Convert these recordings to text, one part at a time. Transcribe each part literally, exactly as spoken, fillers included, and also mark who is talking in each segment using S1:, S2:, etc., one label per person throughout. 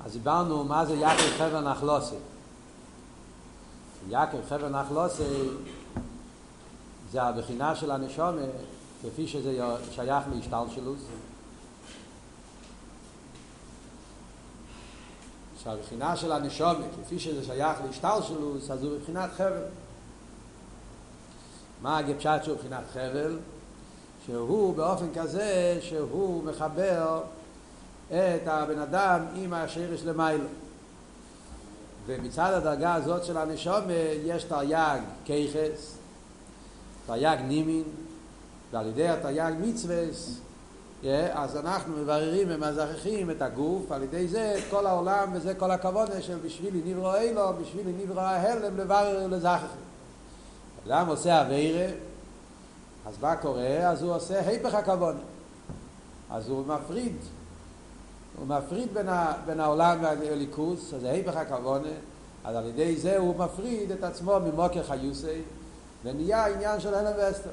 S1: אז דיברנו מה זה יקר חבר נחלוסי. יקר חבר נחלוסי זה הבחינה של הנשמה כפי שזה שייך להשתלשלות. שהבחינה של הנשמה כפי שזה שייך להשתלשלות, אז הוא בבחינת חבל. מה הגפשט שהוא בבחינת חבל? שהוא באופן כזה שהוא מחבר את הבן אדם עם השרש למיילו. ומצד הדרגה הזאת של הנשמה יש תרי"ג כיחס, תרי"ג נימין, ועל ידי התרי"ג מצווס אז אנחנו מבררים ומזכחים את הגוף, על ידי זה את כל העולם, וזה כל הכוונה של בשבילי נברא אלו, בשבילי נברא ההלם לברר ולזכח. אדם עושה עבירה, אז מה קורה? אז הוא עושה היפך הכוונה, אז הוא מפריד הוא מפריד בין, ה, בין העולם והליכוס, אז זה היפך הכוונה. אז על ידי זה הוא מפריד את עצמו ממוקר חיוסי ונהיה העניין של הלם ואסתר.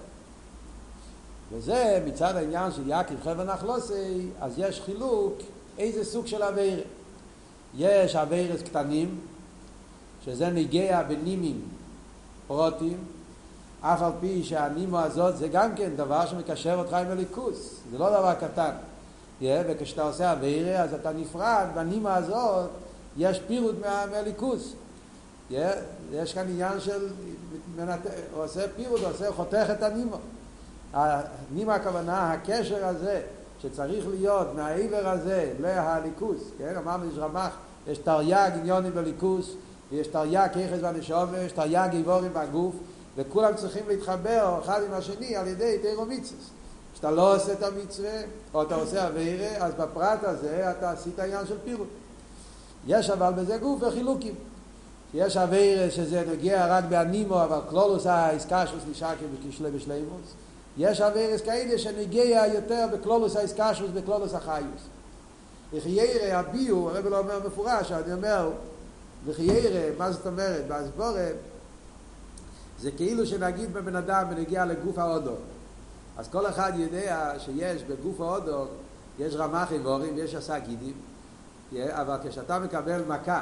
S1: וזה מצד העניין של יקר חבר נחלוסי, אז יש חילוק איזה סוג של עבירה. יש עבירות קטנים שזה נגיע בנימים פרוטים, אף על פי שהנימו הזאת זה גם כן דבר שמקשר אותך עם הליכוס, זה לא דבר קטן. Yeah, וכשאתה עושה עבירה אז אתה נפרד, בנימה הזאת יש פירוט מה, מהליכוס. Yeah, יש כאן עניין של הוא עושה פירוט, הוא עושה חותך את הנימה. הנימה הכוונה, הקשר הזה שצריך להיות מהעבר הזה להליכוס. כן? אמרנו יש רמח, יש תרי"ג עניונים בליכוס, ויש תרי"ג כיחס בנשמה, יש תרי"ג איבורים בגוף, וכולם צריכים להתחבר אחד עם השני על ידי תורה ומצוות. כשאתה לא עושה את המצווה, או אתה עושה עבירה, אז בפרט הזה אתה עשית עניין של פירוט. יש אבל בזה גוף וחילוקים. יש עבירה שזה נגיע רק באנימו, אבל כלולוס האיסקשוס נשאקים בכשלי בשלימוס. יש עבירות כאלה שנגיע יותר בכלולוס האיסקשוס, בכלולוס החיוס. וחיירה, הביאו, הרב לא אומר מפורש, אני אומר, וחיירה, מה זאת אומרת? בהסבורה, זה כאילו שנגיד בבן אדם ונגיע לגוף האודו. אז כל אחד יודע שיש בגוף האודו, יש רמ"ח איבורים, יש עשה גידים, אבל כשאתה מקבל מכה,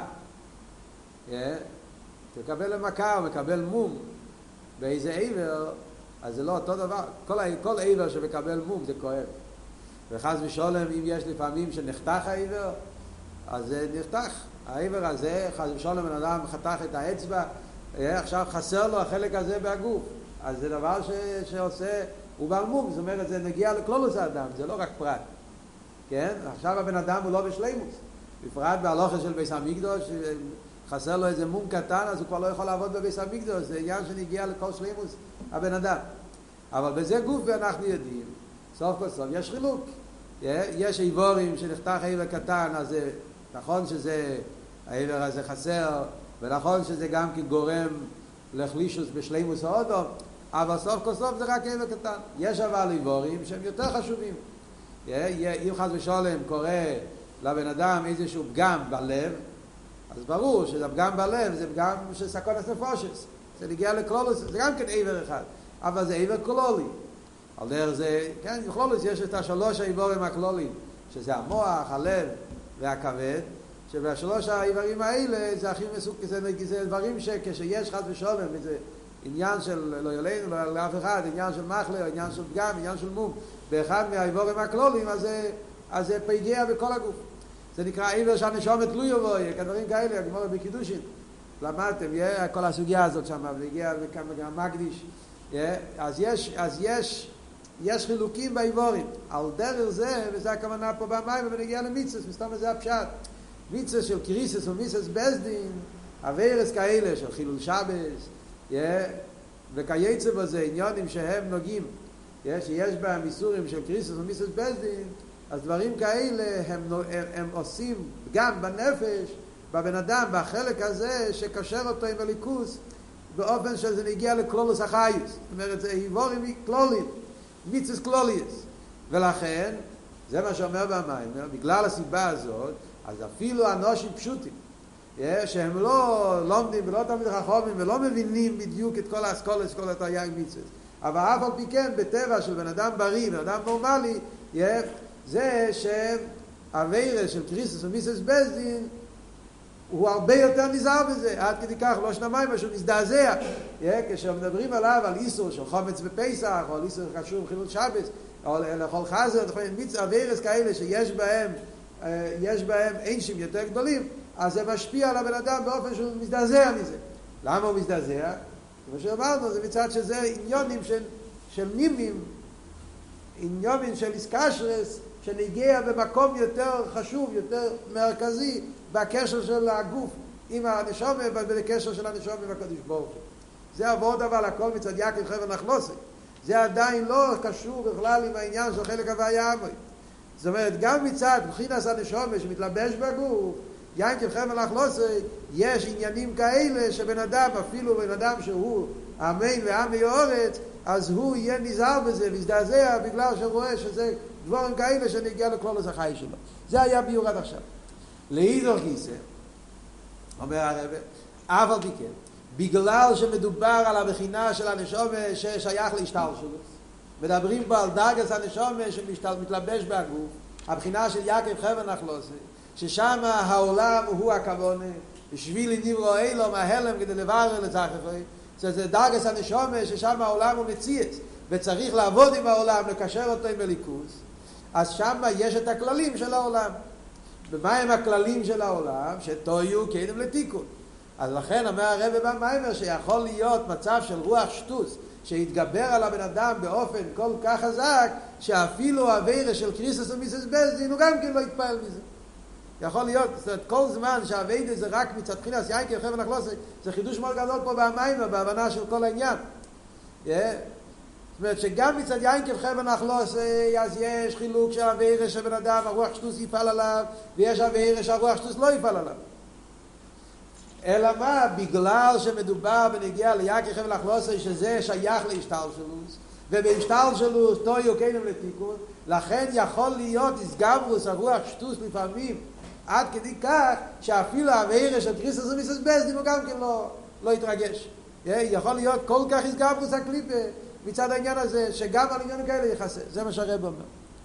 S1: תקבל למכה או מקבל מום באיזה עבר, אז זה לא אותו דבר. כל, כל עבר שמקבל מום זה כואב. וחס ושולם, אם יש לפעמים שנחתך העבר, אז זה נחתך. העבר הזה, חס ושולם, בן אדם חתך את האצבע, עכשיו חסר לו החלק הזה בהגוף. אז זה דבר ש, שעושה, הוא בעל מום, זאת אומרת, זה נגיע לכלולוס האדם, זה לא רק פרט. כן? עכשיו הבן אדם הוא לא בשלימוס. בפרט בהלוכה של בית המקדוש, חסר לו איזה מום קטן, אז הוא כבר לא יכול לעבוד בבית המקדוש, זה עניין שנגיע לכל שלימוס הבן אדם. אבל בזה גוף ואנחנו יודעים, סוף כל סוף יש חילוק. יש איבורים שנחתך איבר קטן, אז זה נכון שזה, האיבר הזה חסר, ונכון שזה גם כגורם לחלישוס בשלימוס האודו, אבל סוף כל סוף זה רק איבר קטן. יש אבל איבורים שהם יותר חשובים. אם חס ושולם קורה לבן אדם איזשהו פגם בלב, אז ברור שזה פגם בלב, זה פגם של סכנת נפושס. זה נגיע לכלולוס, זה גם כן עבר אחד, אבל זה עבר כלולי. על דרך זה, כן, בכלולוס יש את השלוש העיבורים הכלוליים, שזה המוח, הלב והכבד, שבשלוש העיברים האלה זה הכי מסוג, זה, זה דברים שכשיש חס ושולם, זה עניין של לא יולנו, לא לאף אחד, עניין של מחלה, עניין של פגם, עניין של מום, באחד מהעיבורים הכלוליים, אז זה, אז זה פגיע בכל הגוף. זה נקרא עבר שהנשמה תלויה בו, כדברים כאלה, הגמרא בקידושין. למדתם, כל הסוגיה הזאת שם, והגיע גם מקדיש. אז יש, אז יש, יש חילוקים בעיבורים. על דרך זה, וזה הכוונה פה במים, ונגיע למיצוס, מסתום זה הפשט. מיצוס של קריסס ומיצוס בסדין, עבירס כאלה של חילול שבס, וכייצא בזה עניונים שהם נוגעים, שיש בהם איסורים של קריסס ומיצוס בסדין, אז דברים כאלה הם, הם, הם עושים גם בנפש, בבן אדם, בחלק הזה שקשר אותו עם הליכוס, באופן שזה נגיע לכלולוס החייס. זאת אומרת, זה איבורים כלוליים, מיצוס כלולייס. ולכן, זה מה שאומר במים, בגלל הסיבה הזאת, אז אפילו אנושים פשוטים, שהם לא לומדים ולא תמיד חכמים ולא מבינים בדיוק את כל האסכולס, כל התרי"ג מצוות. אבל אף על פי כן, בטבע של בן אדם בריא, בן אדם נורמלי, זה ש... הווירס של קריסוס ומיסס בזדין הוא הרבה יותר נזהר בזה, עד כדי כך לא שנמיים משהו מזדעזע. כשמדברים עליו על איסור של חומץ בפסח, או על איסור חשוב חילול שבת, או לאכול חזר, הווירס כאלה שיש בהם, יש בהם אנשים יותר גדולים, אז זה משפיע על הבן אדם באופן שהוא מזדעזע מזה. למה הוא מזדעזע? כמו שאמרנו, זה מצד שזה עניונים של, של נימים, עניונים של איסקשרס, שנגיע במקום יותר חשוב, יותר מרכזי, בקשר של הגוף עם הנשמה, ובקשר של הנשמה עם הקדוש ברוך הוא. זה עבוד אבל הכל מצד יקב חבר נחלוסי. זה עדיין לא קשור בכלל עם העניין של חלק הוויה עמוי. זאת אומרת, גם מצד מבחינת הנשמה שמתלבש בגוף, יקב חבר נחלוסי, יש עניינים כאלה שבן אדם, אפילו בן אדם שהוא אמן ועמי אורץ, אז הוא יהיה נזהר בזה, להזדעזע, בגלל שהוא רואה שזה דברים כאלה שנגיע לכלולוס החי שלו. זה היה ביור עד עכשיו. לאידור גיסא, אומר הרב, אבל בכן, בגלל שמדובר על הבחינה של הנשמה ששייך להשתלשלות, מדברים פה על דרגת הנשמה שמתלבש בהגוף, הבחינה של יקב חבר נחלוסי, ששם העולם הוא הכוונה, בשביל נברוא אילום ההלם כדי לברר לצחפי, זה דרגת הנשמה ששם העולם הוא מציאת, וצריך לעבוד עם העולם, לקשר אותו עם הליכוז, אז שם יש את הכללים של העולם. ומה הם הכללים של העולם? שתויו קדם לתיקון. אז לכן אומר הרב במיימר שיכול להיות מצב של רוח שטוס שיתגבר על הבן אדם באופן כל כך חזק שאפילו הווירס של קריסוס ומיסס בזדין הוא גם כן לא יתפעל מזה. יכול להיות, זאת אומרת, כל זמן שהווירס זה רק מצד בחינת יקב חבר נחלוסי, זה חידוש מאוד גדול פה במיימר, בהבנה של כל העניין. Yeah. זאת אומרת שגם מצד יקב חבר נחלוסי אז יש חילוק של הווירס של בן אדם, הרוח שטוס יפעל עליו, ויש הווירס שהרוח שטוס לא יפעל עליו. אלא מה? בגלל שמדובר בנגיע ליקב חבר נחלוסי שזה שייך להשתלשלות, ובהשתלשלות תויו קדם לתיקון, לכן יכול להיות הסגברוס הרוח שטוס לפעמים עד כדי כך שאפילו הווירס של קריסוס ומיסס בזדין הוא גם כן לא, לא יתרגש. יכול להיות כל כך הסגברוס הקליפה מצד העניין הזה, שגם על עניינים כאלה יחסה. זה מה שהרב אומר.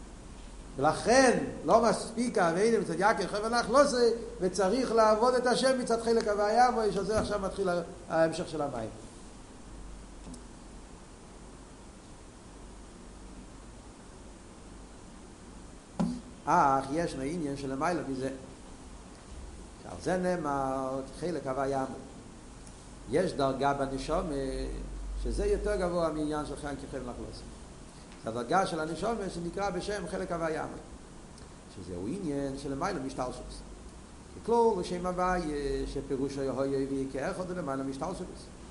S1: ולכן לא מספיק העבודה מצד יקב חבר נחלוסי, וצריך לעבוד את השם מצד חלק הוויה, ושזה עכשיו מתחיל ההמשך של המים. אך יש עניין של למעלה מזה. על זה נאמר חלק הוויה. יש דרגה בנשמה שזה יותר גבוה מעניין של חלק חבר נחלוסי. זה הדרגה של הנשמה שנקרא בשם חלק הוויה. שזהו עניין של למעלה משתלשלות. ככלול לשם הוויה שפירושו יהוי ויקח עוד למעלה משתלשלות.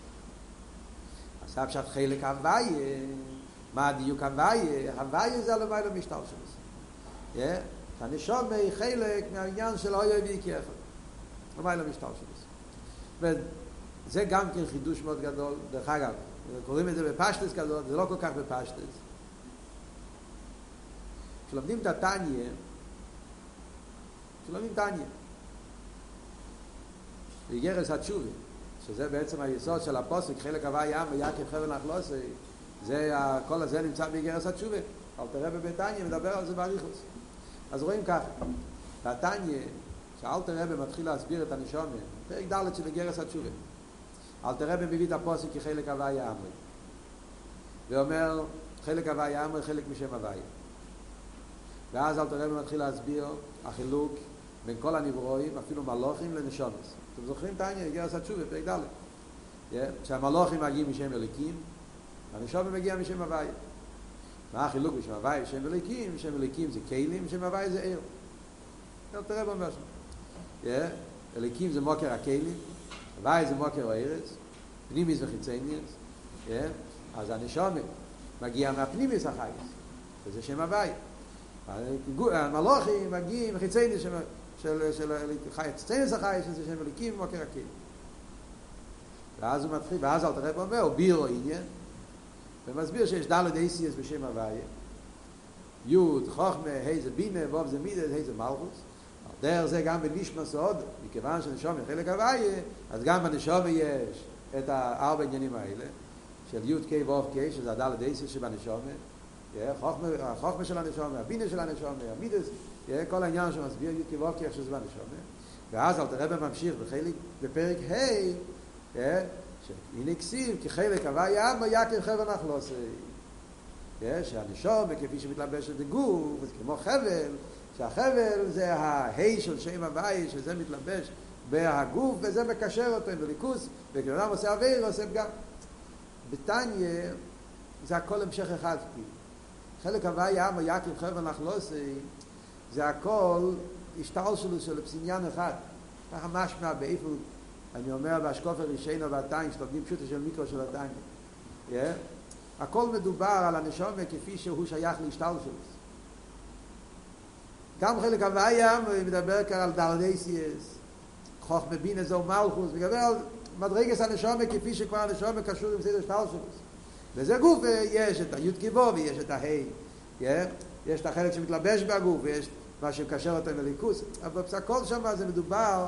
S1: אז עכשיו חלק הוויה, מה הדיוק הוויה? הוויה זה למעלה משתלשלות. הנשמה היא חלק מהעניין של יהוי ויקח. למעלה משתלשלות. וזה גם כן חידוש מאוד גדול. דרך אגב, קוראים את זה בפשטס כזאת, זה לא כל כך בפשטס. כשלומדים את התניה, כשלומדים תניה, באיגרס התשובה, שזה בעצם היסוד של הפוסק, חלק הוויה ויקב חבר נחלוסי, זה, כל הזה נמצא באיגרס התשובה. אל תראה בביתניה, מדבר על זה באריכוס. אז רואים ככה, בתניה, שאל תראה מתחיל להסביר את הנשמה, פרק ד' של איגרס התשובה. אל תראה מביא את הפוסק כחלק הוויה אמרי. ואומר, חלק הוויה אמרי, חלק משם הוויה. ואז אל תראה מתחיל להסביר החילוק בין כל הנברואים, אפילו מלוכים לנשומות. אתם זוכרים תניה, איגרס התשובה, פרק ד'. שהמלוכים מגיעים משם אליקים, הנשמה מגיע משם הוויה. מה החילוק משם הוויה? שם אליקים, שם אליקים זה כלים, שם הוויה זה עיר. אל תראה בו משהו. אליקים זה מוקר הכלים, הוויה זה מוקר הארץ, פנימיס וחיצייניס. אז הנשמה מגיע מהפנימיס החייס, וזה שם הוויה. המלוכים מגיעים חיצייניס של חיצייניס החייס, שזה שם אליקים ומוקר הכלים. ואז הוא מתחיל, ואז אל תראה בו אומר, הוא בירו עניין, ומסביר שיש דלת אייסיאס בשם הוויה, יוד, חוכמה, היזה בינה, ווב זה מידה, היזה מלכוס. דרך זה גם בנשמה סוד, מכיוון שנשמה חלק הוויה, אז גם בנשמה יש את הארבע עניינים האלה, של יוד קי ווב קי, שזה הדלת אייסיאס שבנשמה, החוכמה של הנשמה, הבינה של הנשמה, המידס, כל העניין שמסביר י' כ' ו' כ' איך שזה בנשמה. ואז אל תראה ממשיך בחלק, בפרק ה' שהנה כסיב כחלק הוויה אמו יקר חבל נחלוסי. שהנשמה כפי שמתלבשת בגוף, זה כמו חבל, שהחבל זה ההי של שם הוויה, שזה מתלבש בהגוף וזה מקשר אותו עם בליכוס, וכאדם עושה אוויר עושה פגם. בתניא זה הכל המשך אחד. חלק הוויה אמו יקר חבל נחלוסי זה הכל השתעל שלו של פסיניאן אחד. ככה משמע באיפה, אני אומר בהשקופר ראשינו והתניא, שתוגדים פשוטה של מיקרו של התניא. Yeah. הכל מדובר על הנשמה כפי שהוא שייך להשתעל שלו. גם חלק הוויה מדבר כאן על דרדייסיאס, חוכמה בינה זו מלכוס, מדבר על מדרגס הנשמה כפי שכבר הנשמה קשור עם סדר השתעל שלו. וזה גוף, יש את הי' כ' ו' ויש את ההי. Yeah. יש את החלק שמתלבש בגוף ויש מה שמקשר אותו עם הליכוס, אבל הכל שם זה מדובר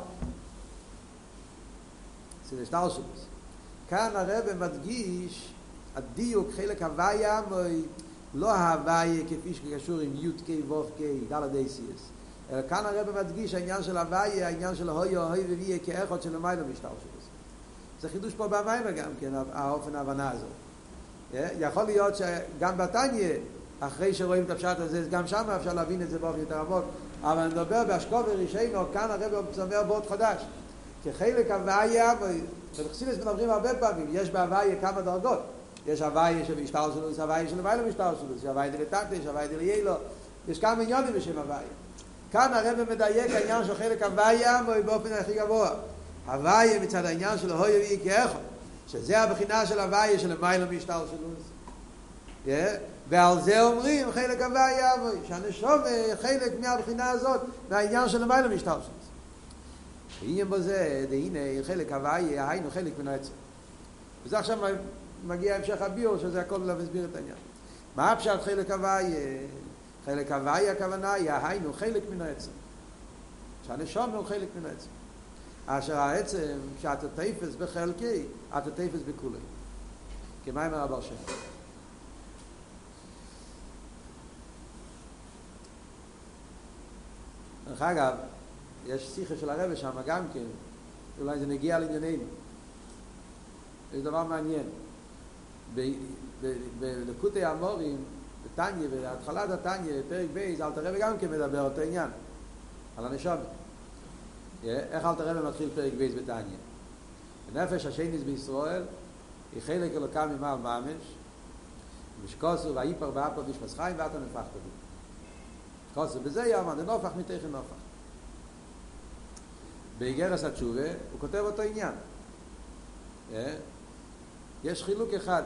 S1: זה השתעל שלו. כאן הרב מדגיש הדיוק חלק הוויה לא ההוויה כפי שקשור עם י' כ' ו' כ' דלדייסיאס, אלא כאן הרב מדגיש העניין של הוויה, העניין של הוי הוי וויה כאחד של המילה משתעל שלו. זה חידוש פה במים גם כן, האופן ההבנה הזאת. יכול להיות שגם בתניא אחרי שרואים את הפשט הזה, גם שם אפשר להבין את זה באופן יותר עמוק, אבל אני מדבר בהשקופר ראשינו, כאן הרב אומר באות חדש, כחלק הוויה, ובחסידות מדברים הרבה פעמים, יש בהוויה כמה דרגות, יש הוויה של השתעל שלו, יש הוויה של הוויה משתעל שלו, יש הוויה דלתתא, יש הוויה דליילו, יש כמה עניונים בשם הוויה. כאן הרב מדייק העניין של חלק הוויה באופן הכי גבוה. הוויה מצד העניין של הוי ויה כאחד, שזה הבחינה של הוויה של הוויה משתעל שלו. ועל זה אומרים חלק הוויה, שהנשמה חלק מהבחינה הזאת, מהעניין של הוויה משתעל שלו. ועניין בזה, הנה חלק הוויה, היינו חלק מן העצם. וזה עכשיו מגיע המשך הביור, שזה הכל להסביר את העניין. מה הפשט חלק הוויה? חלק הוויה הכוונה היא, היינו חלק מן העצם. שהנשמה הוא חלק מן העצם. אשר העצם, שאתה תפס בחלקי, אתה תפס בכולי. כמה אמר הבעל שם? דרך אגב, יש שיחה של הרב שם גם כן, אולי זה נגיע לענייננו. זה דבר מעניין. בלקוטי האמורים, בתניא, בהתחלת התניא, פרק בייז, אלתר רבי גם כן מדבר אותו עניין, על הנשמה. איך אלתר רבי מתחיל פרק בייז בתניא? הנפש השניס בישראל היא חלק אלוקה ממעל ממש, ושקוסו ואיפר ואפר בשמס חיים ואתה נפחת בי. קוסו בזה יאמן, זה נופח מתכן נופח. באיגרס התשובה הוא כותב אותו עניין. יש חילוק אחד.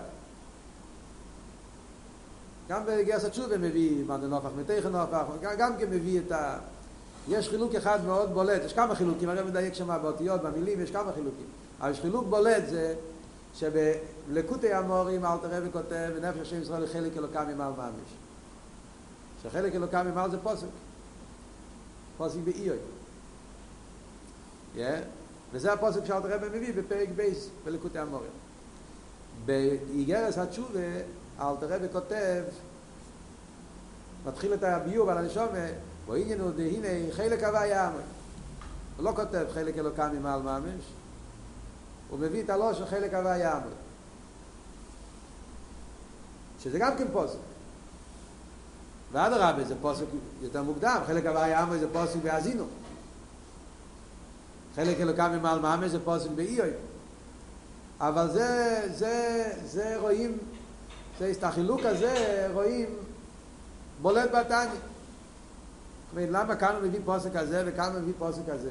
S1: גם באיגרס התשובה מביא מה זה נופח מתכן נופח, גם כן מביא את ה... יש חילוק אחד מאוד בולט, יש כמה חילוקים, אני מדייק שם באותיות, במילים, יש כמה חילוקים. אבל יש חילוק בולט זה שבלקוטי האמורים אלתר רבי כותב ונפש השם ישראל היא חלק אלוקה ממעל ממש. שחלק אלוקה ממעל זה פוסק. פוסק באיוי. Yeah. וזה הפוסק שאלתר רבי מביא בפרק בייס בלקוטי האמורים. באיגרס התשובה אלתר רבי כותב, מתחיל את הביור על הנשמה, ועניין הוא דהנה חלק הוויה אמרי. הוא לא כותב חלק אלוקה ממעל ממש, הוא מביא את הלושן חלק הוויה אמרי. שזה גם כן פוסק. ואדרבה זה פוסק יותר מוקדם, חלק הוויה אמרי זה פוסק בהאזינו. חלק אלוקה ממעל ממש זה פוסק באיוי. אבל זה, זה, זה רואים, זה, את החילוק הזה רואים בולט בתניא. למה כאן הוא מביא פוסק כזה וכאן הוא מביא פוסק כזה?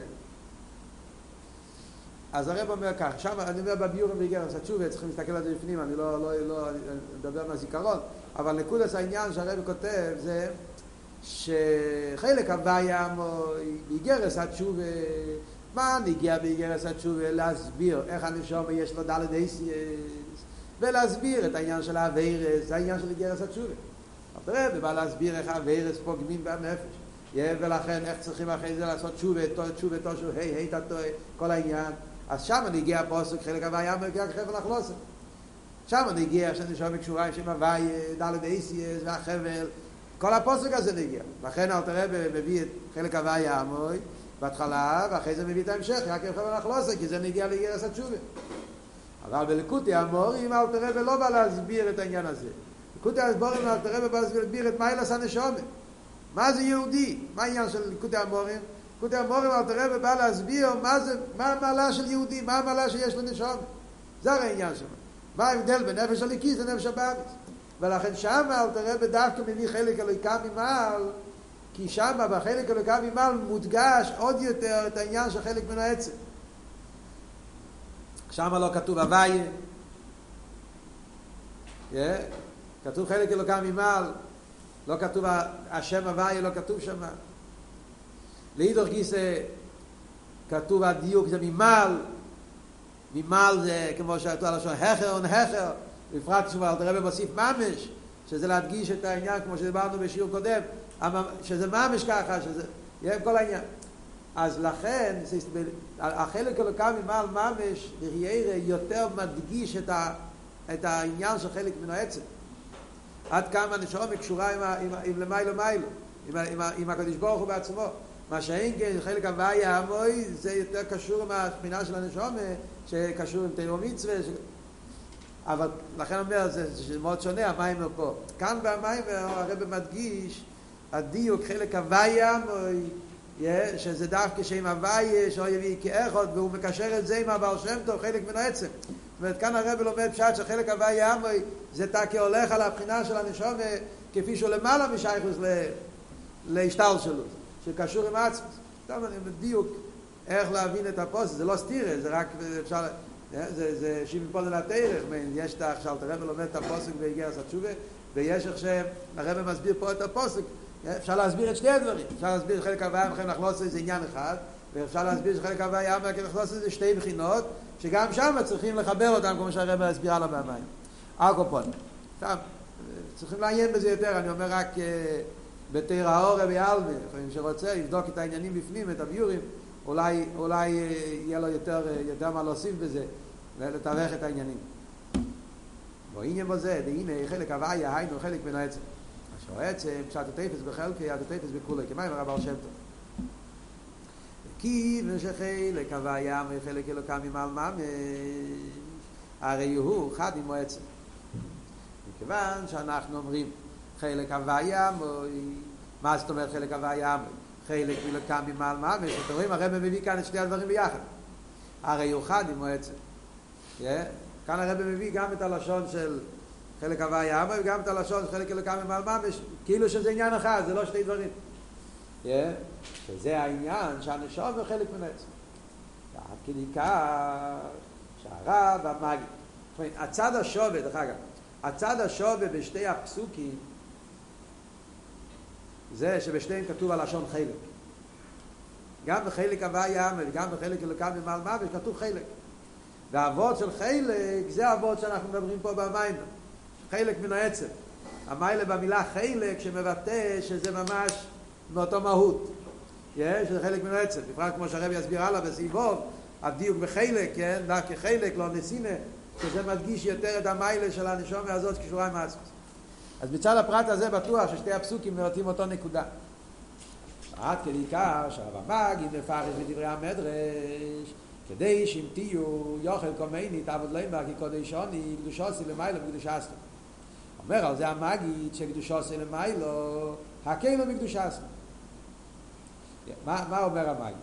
S1: אז הרב אומר כך, שם אני אומר בביורים באיגרס התשובה, צריכים להסתכל על זה בפנים, אני לא, לא, לא מדבר מהזיכרון, אבל נקודת העניין שהרב כותב זה שחלק הוויה באיגרס התשובה, מה נגיע באיגרס התשובה? להסביר איך הנשמה יש לו דלת אייסיאס, ולהסביר את העניין של האווירס, זה העניין של איגרס התשובה. הרב בא להסביר איך האווירס פוגמים בנפש. ולכן איך צריכים אחרי זה לעשות תשובה, תשובה, תשובה, היי, היי, תתוי, כל העניין. אז שם נגיע הפוסק, חלק הוויה מגיע כחבל נחלוסת. שם נגיע שהנשמה קשורה עם שם הוויה, דלת אייסיאס והחבל, כל הפוסק הזה נגיע. לכן אל תראה מביא את חלק הוויה המוי בהתחלה, ואחרי זה מביא את ההמשך, רק איך אנחנו לא עושה, כי זה נגיע לגרס התשובה. אבל בליקוטי המורים אל תראה ולא בא להסביר את העניין הזה. ליקוטי המורים אל תראה ובא להסביר את מיילס הנשמה. מה זה יהודי? מה העניין של ליקוטי המורים? ליקוטי המורים אל תראה ובא להסביר מה זה, מה המעלה של יהודי, מה המעלה שיש לנשמה. זה הרי העניין שלנו. מה ההבדל בין נפש הליקיס לנפש הבאמיס? ולכן שם אל תראה בדווקא מביא חלק אלוקה ממעל, כי שם בחלק אלוקה ממעל מודגש עוד יותר את העניין של חלק מן העצם. שם לא כתוב הוויה, yeah. כתוב חלק אלוקה ממעל, לא כתוב השם הוויה, לא כתוב שם. להידור גיסא כתוב הדיוק זה ממעל, ממעל זה כמו שאתה לשון הכר ונהכר, בפרט כשאל תראה במוסיף ממש, שזה להדגיש את העניין כמו שדיברנו בשיעור קודם, שזה ממש ככה, שזה יהיה כל העניין. אז לכן החלק אלוקה ממעל ממש יותר מדגיש את, ה, את העניין של חלק מן העצם. עד כמה נשמה קשורה עם, עם, עם למיילו מיילו, עם, עם, עם הקדוש ברוך הוא בעצמו. מה שאין כן חלק הוויה המוי זה יותר קשור עם הבחינה של הנשמה שקשור עם תיאור מצווה ש... אבל לכן אומר זה, זה מאוד שונה המיימר פה. כאן במיימר הרב מדגיש הדיוק חלק הוויה המוי שזה דווקא שעם הוויה שהוא יביא כאחד והוא מקשר את זה עם הבעל שם טוב חלק מן העצם. זאת אומרת כאן הרב לומד פשט שחלק הוויה המוי זה תקי הולך על הבחינה של הנשמה כפי שהוא למעלה משייכוס להשתל שלו שקשור עם עצמס. טוב, אני בדיוק איך להבין את הפוסק, זה לא סתירה, זה רק אפשר, זה, זה שימי פה לנתרח, יש את עכשיו, הרב לומד את הפוסק בהגיע התשובה, ויש איך שהרב מסביר פה את הפוסק, אפשר להסביר את שני הדברים, אפשר להסביר חלק הוויה מכם לחלוץ את זה עניין אחד, ואפשר להסביר שחלק הוויה מכם לחלוץ את זה שתי בחינות, שגם שם צריכים לחבר אותם, כמו שהרב מסביר על הבאמיים. אקופון. עכשיו, צריכים לעיין בזה יותר, אני אומר רק בתיר האור ויעלמי, לפעמים שרוצה, יבדוק את העניינים בפנים, את הביורים, אולי, אולי יהיה לו יותר, יודע מה להוסיף בזה, לתווך את העניינים. ועניין בזה, הנה חלק הוויה, היינו חלק מן העצם. אשר העצם, פשט התפס בחלקי, עד התפס בכולי, כמים הרב על שם טוב. כי ושחלק הוויה מחלק אלוקה ממעל ממש, הרי הוא חד עם העצם. מכיוון שאנחנו אומרים חלק הוויה, מה זאת אומרת חלק הוויה? חלק אלוקה ממעל ממש, אתם רואים הרב מביא כאן את שני הדברים ביחד. הרי הוא חד עם העצם. כאן הרב מביא גם את הלשון של חלק הוויה וגם את הלשון של חלק אלוקה ממעל ממש, כאילו שזה עניין אחד, זה לא שתי דברים. שזה העניין שהנשמה הוא חלק מן העצם. עד כדי כך שהרב המגיד, הצד השווה, דרך אגב, הצד השווה בשתי הפסוקים זה שבשתיהם כתוב הלשון חלק. גם בחלק הוויה וגם בחלק אלוקה ממעל ממש כתוב חלק. והאבות של חלק זה האבות שאנחנו מדברים פה במים, חלק מן העצם. המיילה במילה חלק שמבטא שזה ממש מאותו מהות. יש, זה חלק מן העצם. בפרט כמו שהרב יסביר הלאה בסעיבוב, הדיוק בחלק, כן? דווקא חלק, לא נסינה, שזה מדגיש יותר את המיילה של הנשמה הזאת קשורה עם העצמס. אז מצד הפרט הזה בטוח ששתי הפסוקים מבטאים אותו נקודה. עד כדי כך שהרב המגיד מפרש בדברי המדרש, כדי שאם תהיו יוכל קומייני תעבוד להם בה כי קודש עוני קדושוסי למיילו וקדושה אסלו. אומר על זה המגיד שקדושוסי למיילו הקילו מקדושה אסלו. מה, מה אומר המגיד?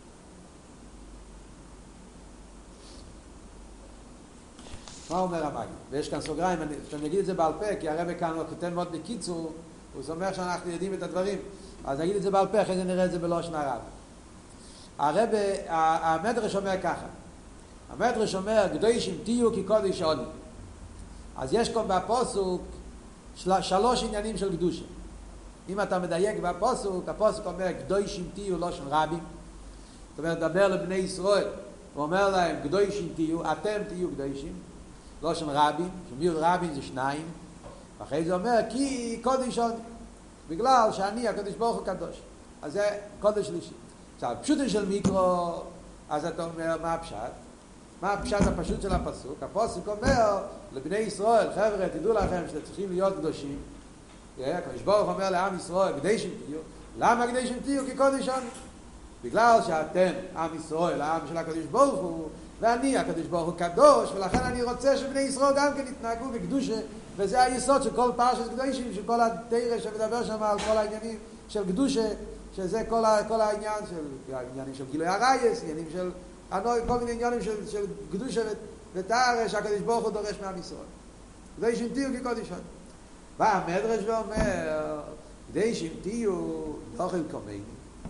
S1: מה אומר המגיד? ויש כאן סוגריים, אני, אני אגיד את זה בעל פה, כי הרב כאן הוא כותב מאוד בקיצור, הוא אומר שאנחנו יודעים את הדברים, אז נגיד את זה בעל פה, אחרי זה נראה את זה בלושן הרב. הרב, המדרש אומר ככה, המדרש אומר, קדושים תהיו כי קודש עוני. אז יש כאן בפסוק של, שלוש עניינים של קדושה. אם אתה מדייק בפסוק, הפסוק אומר, קדושים תהיו לושן רבים. זאת אומרת, דבר לבני ישראל, הוא אומר להם, קדושים תהיו, אתם תהיו קדושים, לושן רבים, שמיעוט רבים זה שניים, ואחרי זה אומר, כי קודש עוני. בגלל שאני, הקדוש ברוך הוא קדוש. אז זה קודש שלישי. עכשיו, פשוטו של מיקרו, אז אתה אומר, מה הפשט? מה הפשט הפשוט של הפסוק? הפסוק אומר לבני ישראל, חבר'ה, תדעו לכם שאתם צריכים להיות קדושים, הקדוש ברוך הוא אומר לעם ישראל, קדושים תהיו. למה קדושים תהיו? כי קודש אני. בגלל שאתם, עם ישראל, העם של הקדוש ברוך הוא, ואני, הקדוש ברוך הוא קדוש, ולכן אני רוצה שבני ישראל גם כן יתנהגו בקדושה, וזה היסוד של כל פרשת קדושים, של כל התורה שמדבר שם על כל העניינים של קדושה, שזה כל, ה, כל העניין של, העניינים של גילוי הרייס, עניינים של, כל מיני עניינים של, של קדושה ותארה, שהקדוש ברוך הוא דורש מעם ישראל. קדושים תהיו כי קודש אני. בא המדרש ואומר, קדושים תהיו דוכל קומייני.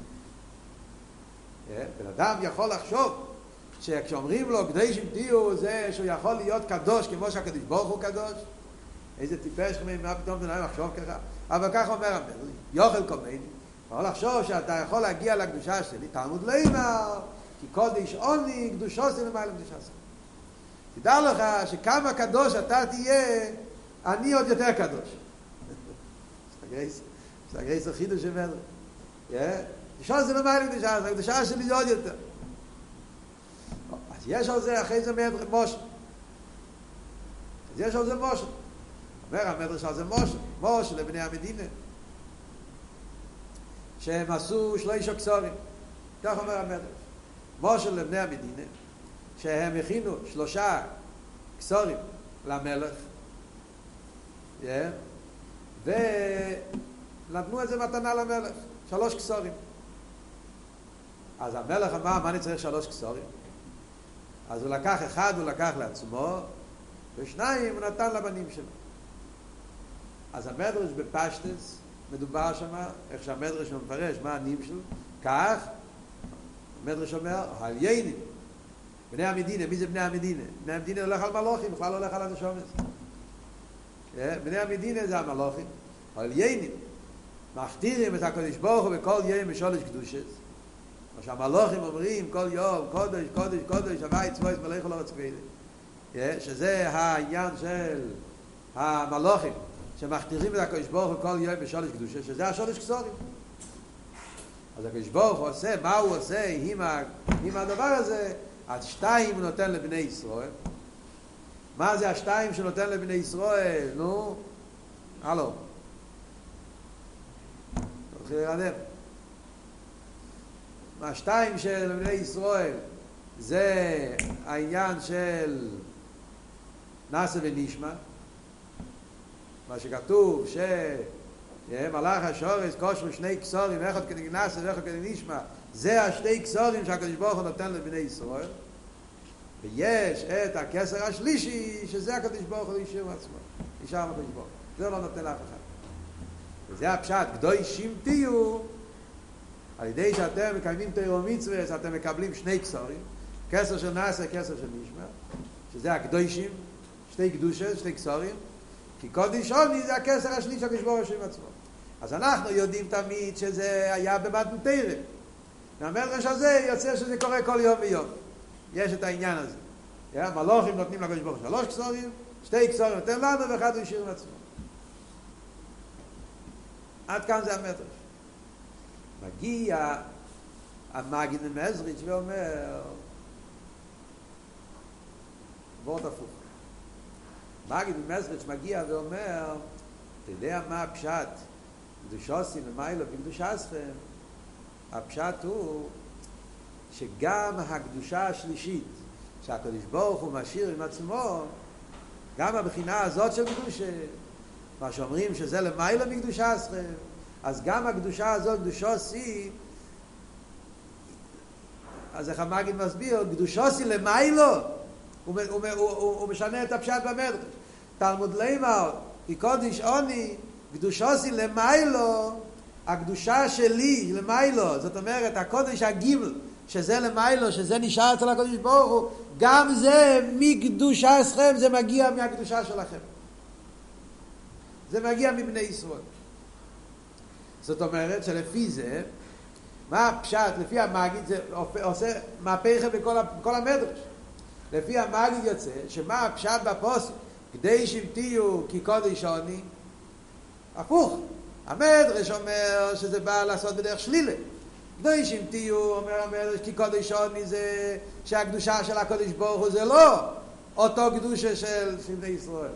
S1: בן אדם יכול לחשוב שכשאומרים לו קדושים תהיו זה שהוא יכול להיות קדוש כמו שהקדוש ברוך הוא קדוש. איזה טיפש מה פתאום בן אדם לחשוב ככה? אבל כך אומר המדרש, יוכל קומייני. יכול לחשוב שאתה יכול להגיע לקדושה שלי, תלמוד לא יאמר, כי קודש עוני קדושו זה למעלה קדושה שלי. תדע לך שכמה קדוש אתה תהיה, אני עוד יותר קדוש. סגרי סחידו שמדרש. קדושה זה למעלה קדושה, הקדושה שלי זה עוד יותר. אז יש על זה אחרי זה מדרש משה. אז יש על זה משה. אומר המדרש על זה משה. משה לבני המדינה. שהם עשו שלושה קסורים. כך אומר המדרש. משה לבני המדינה. שהם הכינו שלושה קסורים למלך. ונתנו את זה מתנה למלך. שלוש קסורים. אז המלך אמר, מה אני צריך שלוש קסורים? אז הוא לקח אחד, הוא לקח לעצמו, ושניים הוא נתן לבנים שלו. אז המדרש בפשטס, מדובר שם, איך שהמדרש מפרש, מה הנים שלו, כך, המדרש אומר, הליינים, בני המדינה, מי זה בני המדינה? בני המדינה הולך על מלוכים, בכלל הולך על הנשומס. בני המדינה זה המלוכים, הליינים, מכתירים את הקדוש ברוך הוא בכל יום בשולש קדושת. מה שהמלוכים אומרים כל יום, קודש, קודש, קודש, הווי צבויס מלך ולארץ כבד. שזה העניין של המלוכים, שמכתירים את הקדוש ברוך הוא כל יום בשולש קדושת, שזה השולש קסורים. אז הקדוש ברוך הוא עושה, מה הוא עושה עם, ה, עם הדבר הזה? אז שתיים הוא נותן לבני ישראל. מה זה השתיים שנותן לבני ישראל? נו, הלו. הולכים לרדם. השתיים של בני ישראל זה העניין של נעשה ונשמע, מה שכתוב שמלאך השורש קושרו שני קסורים, אחד כדי נעשה ואחד כדי נשמע, זה השתי קסורים שהקדוש ברוך הוא נותן לבני ישראל. ויש את הכסר השלישי שזה הקדוש ברוך הוא השאיר מעצמו, השאר הקדוש ברוך הוא, זה לא נותן לאף אחד. וזה הפשט, קדושים תהיו, על ידי שאתם מקיימים תורה ומצוות, אתם מקבלים שני קסורים, כסר של נעשה, כסר של נשמע, שזה הקדושים, שתי קדושות, שתי קסורים, כי קודש עוני זה הכסר השלישי שהקדוש ברוך הוא השאיר מעצמו. אז אנחנו יודעים תמיד שזה היה במתן תורה. מהמדרש הזה יוצא שזה קורה כל יום ויום. יש את העניין הזה. מלוכים נותנים לקדוש ברוך הוא שלוש קסורים, שתי קסורים נותן לנו ואחד הוא השאיר מעצמו. עד כאן זה המדרש. מגיע המגיד ממזריץ' ואומר וורט הפוך. מגיד ממזריץ' מגיע ואומר, אתה יודע מה הפשט? קדושוסים ומיילו וקדושסכם. הפשט הוא שגם הקדושה השלישית שהקדוש ברוך הוא משאיר עם עצמו, גם הבחינה הזאת של קדושה, מה שאומרים שזה למיילו מקדושסכם, אז גם הקדושה הזאת, קדושוסי, אז איך המגיד מסביר, קדושוסי למיילו, הוא, הוא, הוא, הוא, הוא משנה את הפשט במדרש. תלמוד לימר, כי קודש עוני, קדושוסי למיילו, הקדושה שלי למיילו, זאת אומרת, הקודש הגימל, שזה למיילו, שזה נשאר אצל הקודש ברוך הוא, גם זה מקדושה אסכם, זה מגיע מהקדושה שלכם. זה מגיע מבני ישראל. זאת אומרת שלפי זה, מה הפשט, לפי המגיד, זה עושה מהפכה בכל, בכל המדרש. לפי המגיד יוצא, שמה הפשט בפוסק, כדי שתהיו כי קודש עוני, הפוך. המדרש אומר שזה בא לעשות בדרך שלילה. כדי שתהיו, אומר המדרש, כי קודש עוני זה שהקדושה של הקודש ברוך הוא זה לא אותו קדושה של בני ישראל.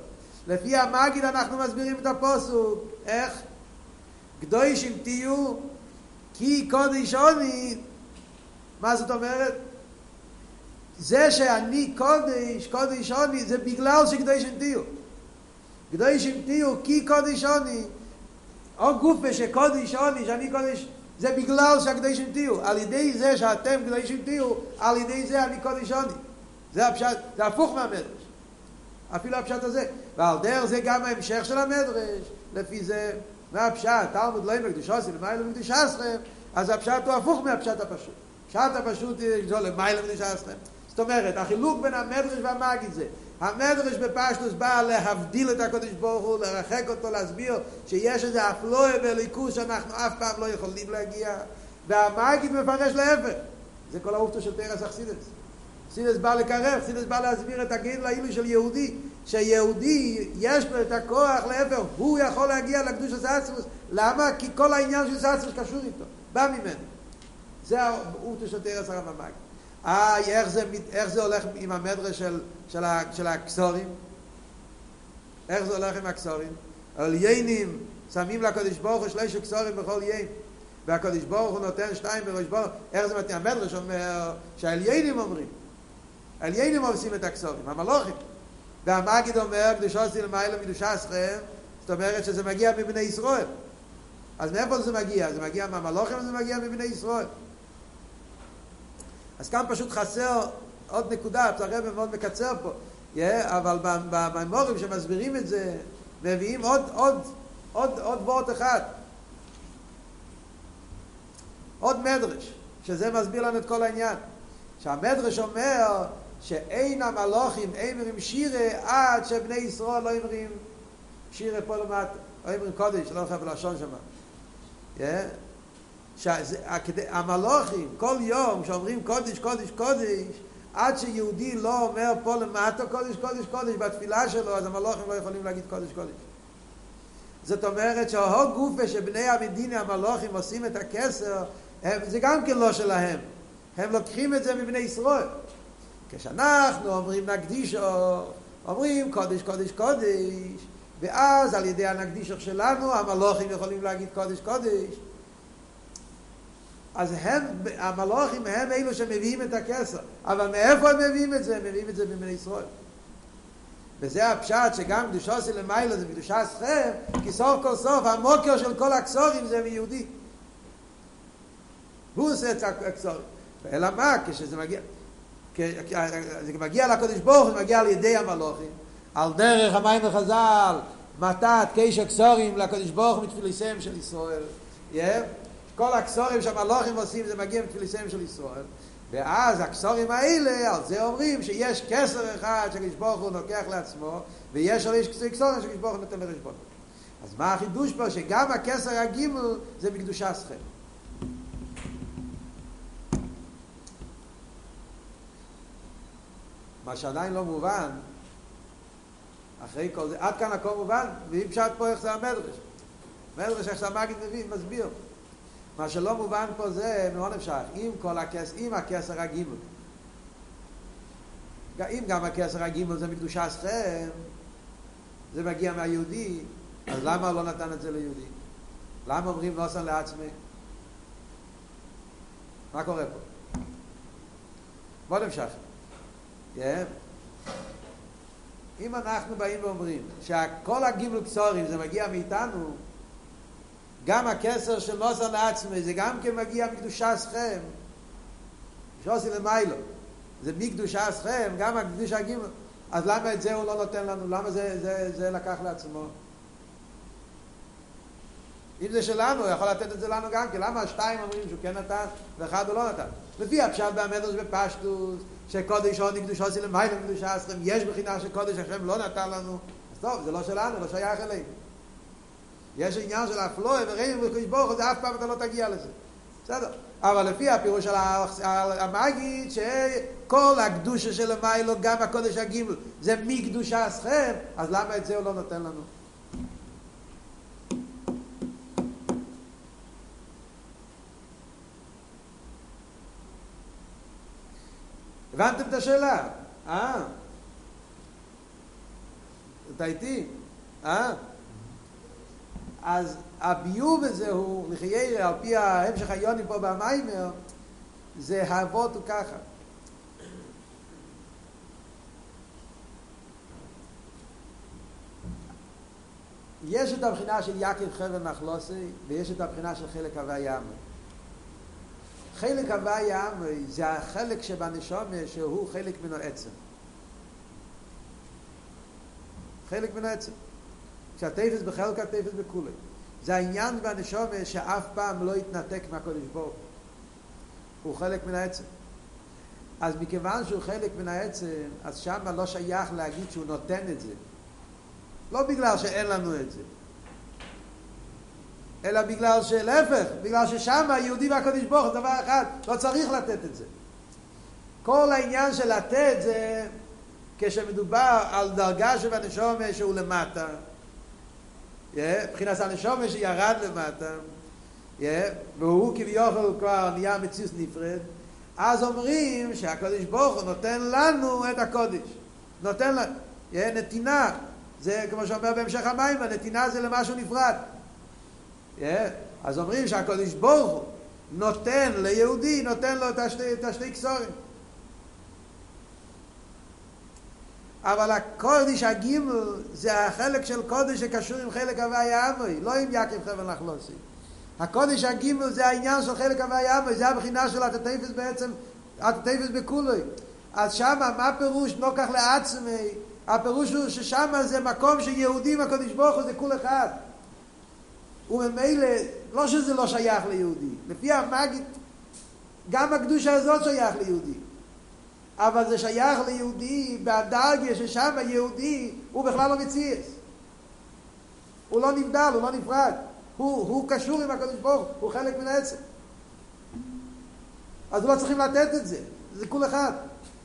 S1: לפי המגיד אנחנו מסבירים את הפסוק. איך? קדושים תהיו כי קודש אני. מה זאת אומרת? זה שאני קודש, קודש אני, זה בגלל שקדושים תהיו. קדושים תהיו כי קודש אני. או גופה שקודש אני, שאני קודש, זה בגלל שהקדושים תהיו. על ידי זה שאתם קדושים תהיו, על ידי זה אני קודש אני. זה הפשט, זה הפוך מהמדרש. אפילו הפשט הזה. ועל דרך זה גם ההמשך של המדרש. לפי זה, מהפשט, תלמוד לא ימר קדושה עשי למעלה מקדושה עשכם, אז הפשט הוא הפוך מהפשט הפשוט. הפשט הפשוט הוא למעלה מקדושה עשכם. זאת אומרת, החילוק בין המדרש והמגיד זה. המדרש בפשטוס בא להבדיל את הקדוש ברוך הוא, לרחק אותו, להסביר שיש איזה אפלואה בליכוז שאנחנו אף פעם לא יכולים להגיע. והמגיד מפרש להפך. זה כל האופתו של תרס אכסידס. אכסידס בא לקרב, אכסידס בא להסביר את הגדול האילו של יהודי. שיהודי יש לו את הכוח להפך, הוא יכול להגיע לקדוש הסעצמוס. למה? כי כל העניין של סעצמוס קשור איתו. בא ממנו. זה האופתו של תרס הרב המגיד. אה, איך זה, איך זה הולך עם המדרש של, של, של הקסורים? איך זה הולך עם הקסורים? על יינים שמים לקדוש ברוך הוא שלושה קסורים בכל יים. והקדוש ברוך הוא נותן שתיים בראש ברוך. איך זה מתאים? המדרש אומר שהעל יינים אומרים. על יינים עושים את הקסורים, המלוכים. והמגיד אומר, קדושה עשי למעלה מקדושה עשכם, זאת אומרת שזה מגיע מבני ישראל. אז מאיפה זה מגיע? זה מגיע מהמלוכים או זה מגיע מבני ישראל? אז כאן פשוט חסר עוד נקודה, הרב מאוד מקצר פה, yeah, אבל במאמרים שמסבירים את זה, מביאים עוד, עוד, עוד, עוד וורט אחד. עוד מדרש, שזה מסביר לנו את כל העניין. שהמדרש אומר שאין המלוכים אמרים שירה עד שבני ישראל לא אמרים שירה פה למטה, לא אמרים קודש, לא חייב לשון שם. Yeah. שהמלוכים כל יום שאומרים קודש קודש קודש עד שיהודי לא אומר פה למטה קודש קודש קודש בתפילה שלו, אז המלוכים לא יכולים להגיד קודש קודש. זאת אומרת שההו גופה שבני המדינה המלוכים עושים את הכסר, הם, זה גם כן לא שלהם, הם לוקחים את זה מבני ישראל. כשאנחנו אומרים נקדישו, אומרים קודש קודש קודש, ואז על ידי הנקדישו שלנו המלוכים יכולים להגיד קודש קודש. אז הם, המלוכים הם אלו שמביאים את הכסר. אבל מאיפה הם מביאים את זה? הם מביאים את זה מבני ישראל. וזה הפשט שגם קדושה עשי למעלה זה מקדושה עשכם, כי סוף כל סוף המוקר של כל הקסורים זה מיהודי. הוא עושה את הקסורים. אלא מה? כשזה מגיע, זה מגיע לקדוש ברוך הוא, זה מגיע על ידי המלוכים. על דרך המים וחז"ל, מתת קש הקסורים לקדוש ברוך הוא מתפיליסם של ישראל. Yeah. כל הקסורים שהמלוכים עושים זה מגיע מתפיליסם של ישראל. ואז הקסורים האלה, על זה אומרים שיש כסר אחד שקדוש ברוך הוא לוקח לעצמו, ויש על יש קסורים שקדוש ברוך הוא נותן לרשבון. אז מה החידוש פה? שגם הכסר הגימל זה מקדושה עשכם. מה שעדיין לא מובן, אחרי כל זה, עד כאן הכל מובן, ואם פשט פה איך זה המדרש. מדרש איך שהמגיד מביא, מסביר. מה שלא מובן פה זה מאוד אפשר, אם כל הכסר, אם הכסר הגימל, אם גם הכסר הגימל זה מקדושה עשכם, זה מגיע מהיהודי, אז למה לא נתן את זה ליהודי? למה אומרים לא עשן לעצמי? מה קורה פה? מאוד אפשר. Yeah. אם אנחנו באים ואומרים שכל הגימל קסורים זה מגיע מאיתנו, גם הכסר של נוסר לעצמי זה גם כן מגיע מקדושה עשכם, שעושים למיילו זה מקדושה עשכם, גם הקדושה הגימל, אז למה את זה הוא לא נותן לנו? למה זה, זה, זה לקח לעצמו? אם זה שלנו, הוא יכול לתת את זה לנו גם כן. למה השתיים אומרים שהוא כן נתן ואחד הוא לא נתן? לפי הפשט במדרש בפשטוס שקודש עוני קדושה עשי למעלה מקדושה עשכם, יש בחינה שקודש השם לא נתן לנו, אז טוב, זה לא שלנו, לא שייך אלינו. יש עניין של אפלואה וראינו בקדוש ברוך הוא, זה אף פעם אתה לא תגיע לזה. בסדר. אבל לפי הפירוש של המגיד שכל הקדושה של המיילו, גם הקודש הגימל, זה מקדושה עשכם, אז למה את זה הוא לא נותן לנו? הבנתם את השאלה? אה? אתה איתי? אה? אז הביור בזה הוא, לחיירה, על פי ההמשך היונים פה במיימר, זה האבות הוא ככה. יש את הבחינה של יעקב חבר נחלוסי, ויש את הבחינה של חלק הוויה עמי. חלק הוויה עמי זה החלק שבנשמה שהוא חלק מן העצם. חלק מן העצם. כשהתפס בחלק התפס בכולי. זה העניין בנשמה שאף פעם לא יתנתק מהקודש ברוך. הוא חלק מן העצם. אז מכיוון שהוא חלק מן העצם, אז שם לא שייך להגיד שהוא נותן את זה. לא בגלל שאין לנו את זה, אלא בגלל שלהפך, בגלל ששם היהודי והקדוש ברוך הוא דבר אחד, לא צריך לתת את זה. כל העניין של לתת זה כשמדובר על דרגה שבנשמה שהוא למטה, מבחינת הנשמה שירד למטה, והוא כביכול כבר נהיה מציאות נפרד, אז אומרים שהקדוש ברוך הוא נותן לנו את הקודש, נותן לנו נתינה. זה כמו שאומר בהמשך המים, הנתינה זה למשהו נפרד. Yeah. אז אומרים שהקדוש ברוך הוא נותן ליהודי, נותן לו את השתי, את השתי כסורים. אבל הקודש הגימל זה החלק של קודש שקשור עם חלק הוויה עמי, לא עם יעקב חבל נחלוסי. הקודש הגימל זה העניין של חלק הוויה עמי, זה הבחינה של התתפס בעצם, התתפס בכולוי. אז שמה, מה פירוש נוקח לעצמי? הפירוש הוא ששם זה מקום שיהודים הקדוש ברוך הוא זה כול אחד. וממילא, לא שזה לא שייך ליהודי. לפי המגיד, גם הקדושה הזאת שייך ליהודי. אבל זה שייך ליהודי בדרגה ששם היהודי הוא בכלל לא מציאס. הוא לא נבדל, הוא לא נפרד. הוא, הוא קשור עם הקדוש ברוך הוא, הוא חלק מן העצם. אז לא צריכים לתת את זה. זה כול אחד.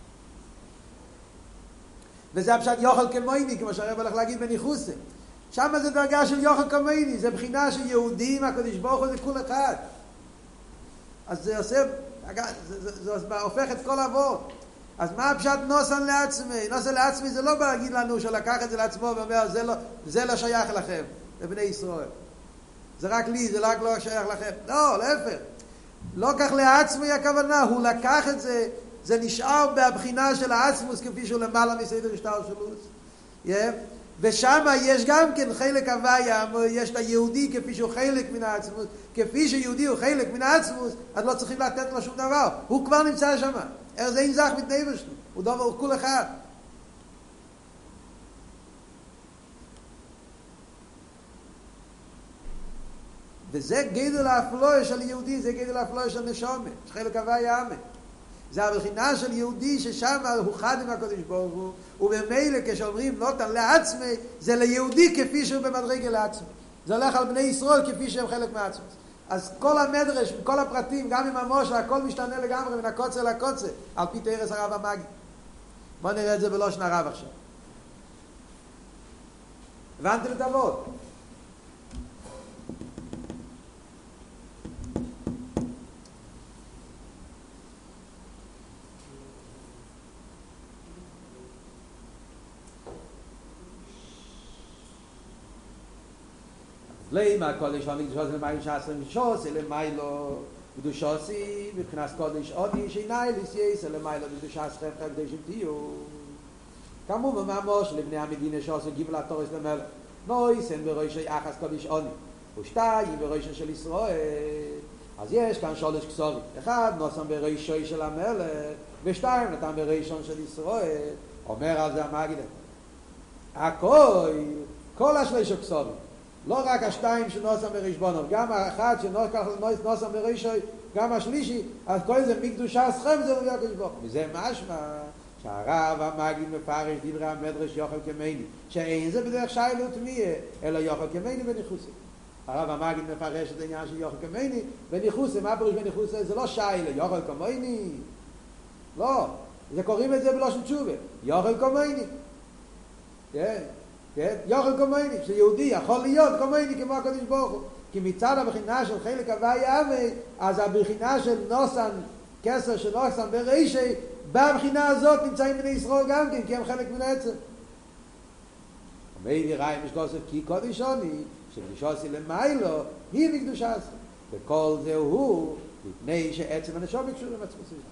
S1: וזה הפשט יוכל כמויני, כמו שהרב הולך להגיד בניחוסה. שם זה דרגה של יוכל כמויני, זה בחינה של יהודים, הקדוש ברוך הוא זה כול אחד. אז זה עושה, זה, זה, זה, זה הופך את כל אבות. אז מה הפשט נוסן לעצמי? נוסן לעצמי זה לא בא להגיד לנו שלקח את זה לעצמו ואומר, זה לא, זה לא שייך לכם, לבני ישראל. זה רק לי, זה רק לא שייך לכם. לא, להפך. לא כך לעצמי הכוונה, הוא לקח את זה, זה נשאר בהבחינה של העצמוס כפי שהוא למעלה מסדר השטר שלוס. Yeah. ושם יש גם כן חלק הוויה, יש את היהודי כפי שהוא חלק מן העצמוס, כפי שיהודי הוא חלק מן העצמוס, אז לא צריכים לתת לו שום דבר. הוא כבר נמצא שם. איך זה אינזח מתנאי שלו? הוא דבר, הוא כול אחד. וזה גדל האפלויה של יהודי, זה גדל האפלויה של נשומת, חלק הוויה אמן. זה הבחינה של יהודי ששם הוא חד עם הקדוש ברוך הוא, ובמילא כשאומרים נותן לעצמי, זה ליהודי כפי שהוא במדרגה לעצמי. זה הולך על בני ישראל כפי שהם חלק מעצמי. אז כל המדרש, כל הפרטים, גם עם המושל, הכל משתנה לגמרי מן הקוצה לקוצה, על פי תרס הרב המגיד. בואו נראה את זה בלושן הרב עכשיו. הבנתם את אבות? למה קודש עוני קדושות למים שעשר משוס, אלמיילו קדושוסי, מבחינת קודש עוני שעיני ליסייס, אלמיילו קדושס חפכה קדושים תהיו. כמובן ממש לבני המדינה שעשו גיבלה תורס למלך. נויסן בראשי אחס קודש עוני, ושתיים בראשי של ישראל. אז יש כאן שלוש כסורים. אחד נוסן בראשי של המלך, ושתיים נתן בראשי של ישראל. אומר על זה המגיד. הכל, כל השלוש כסורים. לא רק השתיים שנוסם ברשבונוב, גם האחד שנוסם בראשוי, גם השלישי, אז כל זה מקדושה סכם זה מביא הקדוש ברוך הוא. וזה משמע שהרב המגיד מפרש דברי המדרש יוכל כמייני, שאין זה בדרך שיילות מיה, אלא יוכל כמייני בניחוסי. הרב המגיד מפרש את העניין של יוכל כמייני בניחוסי. מה פירוש בניחוסי? זה לא שיילה, יוכל כמייני. לא, זה קוראים את זה בלושן תשובה, יוכל כמייני. כן? כן? יוכל כמייני, שיהודי יכול להיות כמייני כמו הקדוש ברוך הוא. כי מצד הבחינה של חלק הוויה אבי, אז הבחינה של נוסן, כסר של נוסן בראשי, בבחינה הזאת נמצאים בני ישראל גם כן, כי הם חלק מן העצם. ומי ראי משקוסף כי קודשוני, שקדושוסי למיילו, היא מקדושסי. וכל זה הוא, לפני שעצם הנשום יקשור עם עצמו סביבו.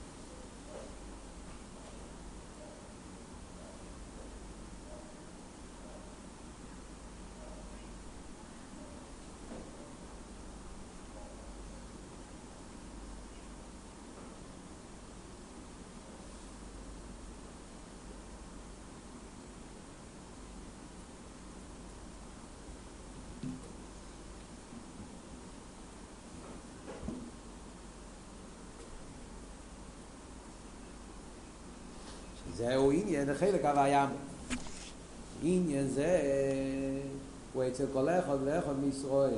S1: זהו עניין החלק הוויים. עניין זה הוא אצל כל אחד ואחד מישראל.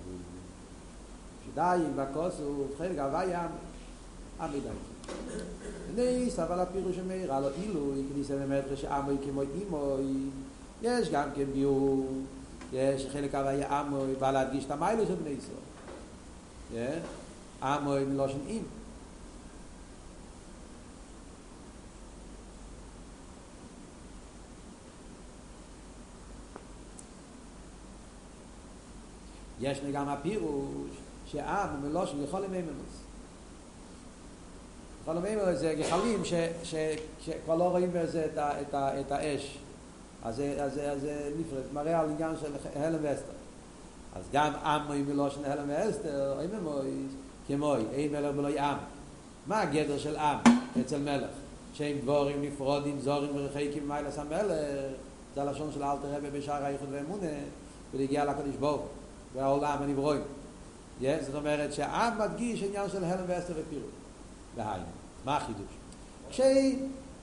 S1: שדיים בקוסו חלק הוויים עמי די. ניס אבל הפירוש שמאיר הלא אילוי כניסה באמת שעמוי כמו אימוי. יש גם כן ביור. יש חלק הוויה עמוי בא להדגיש את המיילה של בני ישראל. עמוי מלושן אימ. יש גם הפירוש שעם הוא מלושן יכול לממלוס. יכול לממלוס זה גחלים שכבר לא רואים בזה את, את, את האש. אז זה נפרד, מראה על עניין של הלם ואסתר. אז גם עם הוא מלושן הלם ואסתר, אין ממויס, כמוי, אין מלך בלוי עם. מה הגדר של עם אצל מלך? שהם דבורים נפרודים, זורים ורחייקים מיילס המלך. זה הלשון של אלתר רבי בשער הייחוד ואמונה, ולהגיע לקדוש ברוך הוא. והעולם הנברואים. Yeah, זאת אומרת שהעם מדגיש עניין של הלם ואסתר ופירוט. והיינו. מה החידוש? כשהיא...